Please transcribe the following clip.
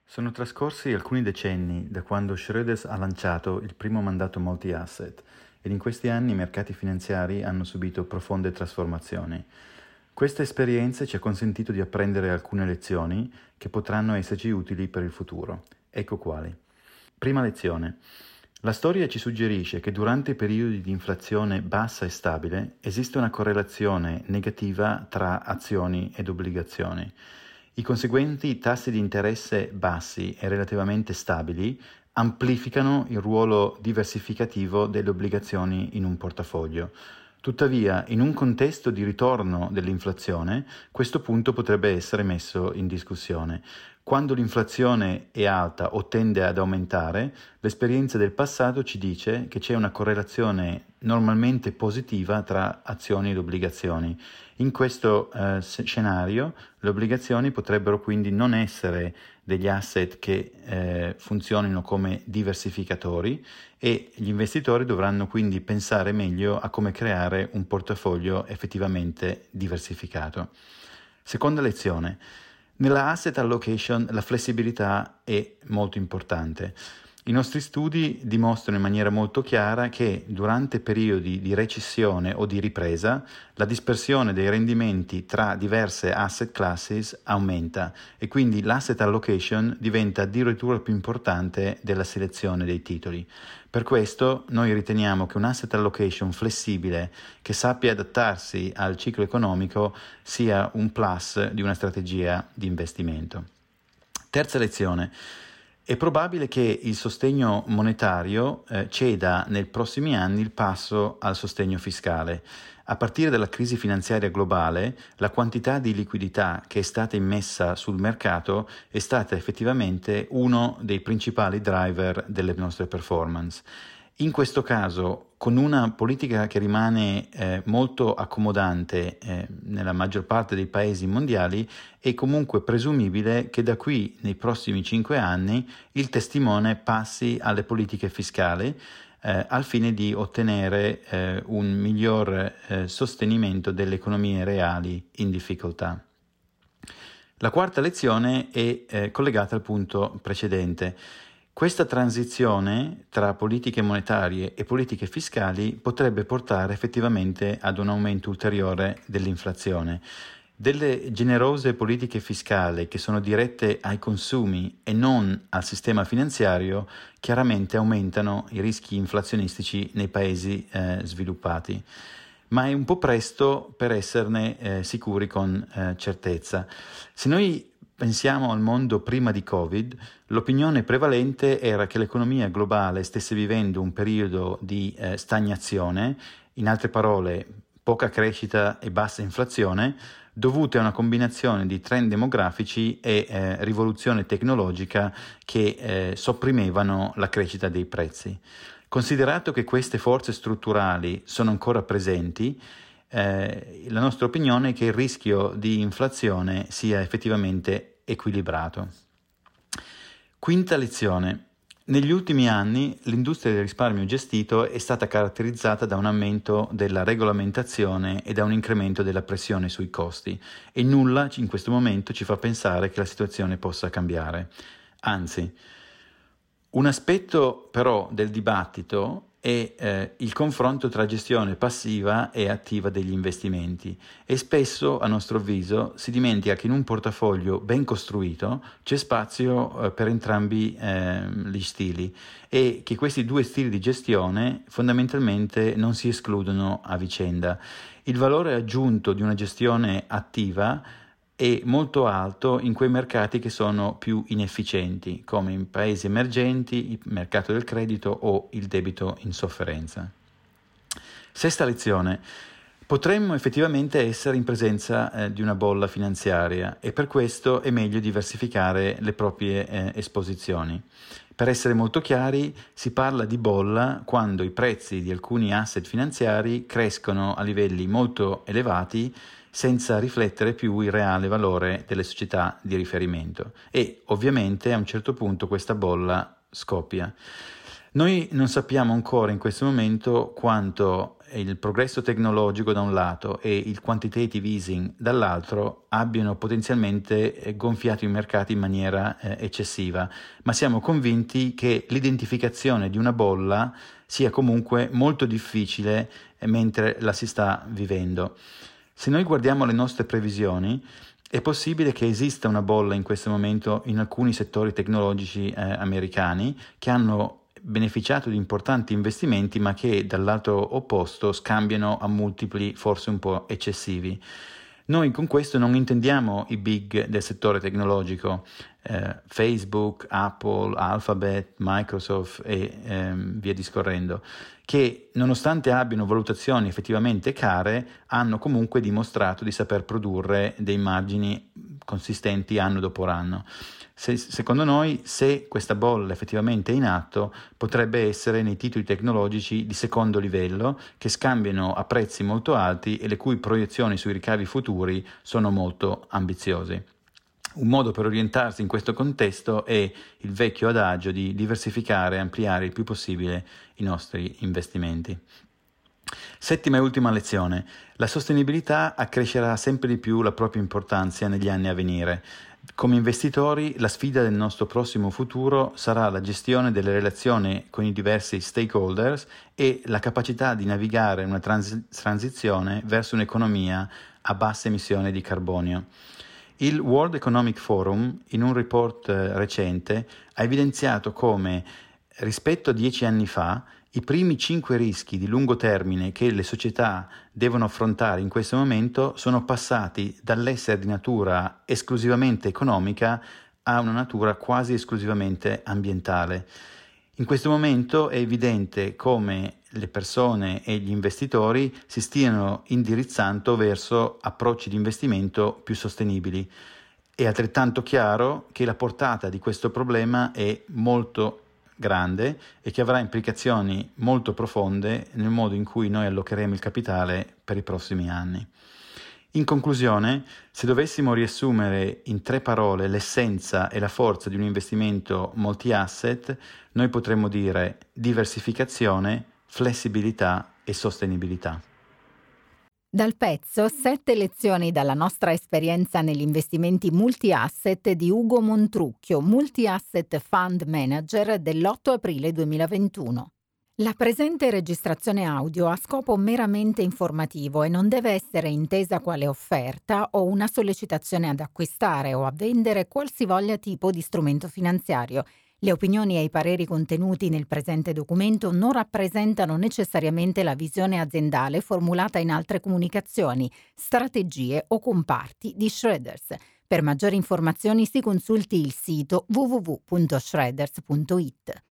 Sono trascorsi alcuni decenni da quando Schroders ha lanciato il primo mandato multi-asset ed in questi anni i mercati finanziari hanno subito profonde trasformazioni. Questa esperienza ci ha consentito di apprendere alcune lezioni che potranno esserci utili per il futuro. Ecco quali. Prima lezione. La storia ci suggerisce che durante periodi di inflazione bassa e stabile esiste una correlazione negativa tra azioni ed obbligazioni. I conseguenti tassi di interesse bassi e relativamente stabili amplificano il ruolo diversificativo delle obbligazioni in un portafoglio. Tuttavia, in un contesto di ritorno dell'inflazione, questo punto potrebbe essere messo in discussione. Quando l'inflazione è alta o tende ad aumentare, l'esperienza del passato ci dice che c'è una correlazione normalmente positiva tra azioni ed obbligazioni. In questo scenario, le obbligazioni potrebbero quindi non essere degli asset che funzionino come diversificatori e gli investitori dovranno quindi pensare meglio a come creare un portafoglio effettivamente diversificato. Seconda lezione. Nella asset allocation la flessibilità è molto importante. I nostri studi dimostrano in maniera molto chiara che durante periodi di recessione o di ripresa la dispersione dei rendimenti tra diverse asset classes aumenta e quindi l'asset allocation diventa addirittura più importante della selezione dei titoli. Per questo noi riteniamo che un asset allocation flessibile che sappia adattarsi al ciclo economico sia un plus di una strategia di investimento. Terza lezione. È probabile che il sostegno monetario ceda nei prossimi anni il passo al sostegno fiscale. A partire dalla crisi finanziaria globale, la quantità di liquidità che è stata immessa sul mercato è stata effettivamente uno dei principali driver delle nostre performance. In questo caso, con una politica che rimane molto accomodante nella maggior parte dei paesi mondiali, è comunque presumibile che da qui, nei prossimi 5 anni, il testimone passi alle politiche fiscali al fine di ottenere un miglior sostenimento delle economie reali in difficoltà. La quarta lezione è collegata al punto precedente. Questa transizione tra politiche monetarie e politiche fiscali potrebbe portare effettivamente ad un aumento ulteriore dell'inflazione. Delle generose politiche fiscali che sono dirette ai consumi e non al sistema finanziario chiaramente aumentano i rischi inflazionistici nei paesi sviluppati. Ma è un po' presto per esserne sicuri con certezza. Se noi pensiamo al mondo prima di Covid, l'opinione prevalente era che l'economia globale stesse vivendo un periodo di stagnazione, in altre parole poca crescita e bassa inflazione, dovute a una combinazione di trend demografici e rivoluzione tecnologica che sopprimevano la crescita dei prezzi. Considerato che queste forze strutturali sono ancora presenti, la nostra opinione è che il rischio di inflazione sia effettivamente equilibrato. Quinta lezione. Negli ultimi anni l'industria del risparmio gestito è stata caratterizzata da un aumento della regolamentazione e da un incremento della pressione sui costi e nulla in questo momento ci fa pensare che la situazione possa cambiare. Anzi, un aspetto però del dibattito è il confronto tra gestione passiva e attiva degli investimenti e spesso, a nostro avviso, si dimentica che in un portafoglio ben costruito c'è spazio per entrambi gli stili e che questi due stili di gestione fondamentalmente non si escludono a vicenda. Il valore aggiunto di una gestione attiva è molto alto in quei mercati che sono più inefficienti, come in paesi emergenti, il mercato del credito o il debito in sofferenza. Sesta lezione. Potremmo effettivamente essere in presenza di una bolla finanziaria e per questo è meglio diversificare le proprie esposizioni. Per essere molto chiari, si parla di bolla quando i prezzi di alcuni asset finanziari crescono a livelli molto elevati senza riflettere più il reale valore delle società di riferimento e ovviamente a un certo punto questa bolla scoppia. Noi non sappiamo ancora in questo momento quanto il progresso tecnologico da un lato e il quantitative easing dall'altro abbiano potenzialmente gonfiato i mercati in maniera eccessiva, ma siamo convinti che l'identificazione di una bolla sia comunque molto difficile mentre la si sta vivendo. Se noi guardiamo le nostre previsioni, è possibile che esista una bolla in questo momento in alcuni settori tecnologici americani che hanno beneficiato di importanti investimenti, ma che dal lato opposto scambiano a multipli forse un po' eccessivi. Noi con questo non intendiamo i big del settore tecnologico, Facebook, Apple, Alphabet, Microsoft e via discorrendo, che nonostante abbiano valutazioni effettivamente care, hanno comunque dimostrato di saper produrre dei margini consistenti anno dopo anno. Secondo noi, se questa bolla effettivamente è in atto, potrebbe essere nei titoli tecnologici di secondo livello che scambiano a prezzi molto alti e le cui proiezioni sui ricavi futuri sono molto ambiziose. Un modo per orientarsi in questo contesto è il vecchio adagio di diversificare e ampliare il più possibile i nostri investimenti. Settima e ultima lezione. La sostenibilità accrescerà sempre di più la propria importanza negli anni a venire. Come investitori, la sfida del nostro prossimo futuro sarà la gestione delle relazioni con i diversi stakeholders e la capacità di navigare una transizione verso un'economia a bassa emissione di carbonio. Il World Economic Forum, in un report recente, ha evidenziato come, rispetto a 10 anni fa, i primi 5 rischi di lungo termine che le società devono affrontare in questo momento sono passati dall'essere di natura esclusivamente economica a una natura quasi esclusivamente ambientale. In questo momento è evidente come le persone e gli investitori si stiano indirizzando verso approcci di investimento più sostenibili. È altrettanto chiaro che la portata di questo problema è molto grande e che avrà implicazioni molto profonde nel modo in cui noi allocheremo il capitale per i prossimi anni. In conclusione, se dovessimo riassumere in 3 parole l'essenza e la forza di un investimento multi-asset, noi potremmo dire diversificazione, flessibilità e sostenibilità. Dal pezzo 7 lezioni dalla nostra esperienza negli investimenti multi-asset di Ugo Montrucchio, Multi-Asset Fund Manager dell'8 aprile 2021. La presente registrazione audio ha scopo meramente informativo e non deve essere intesa quale offerta o una sollecitazione ad acquistare o a vendere qualsivoglia tipo di strumento finanziario. Le opinioni e i pareri contenuti nel presente documento non rappresentano necessariamente la visione aziendale formulata in altre comunicazioni, strategie o comparti di Schroders. Per maggiori informazioni si consulti il sito www.schroders.it.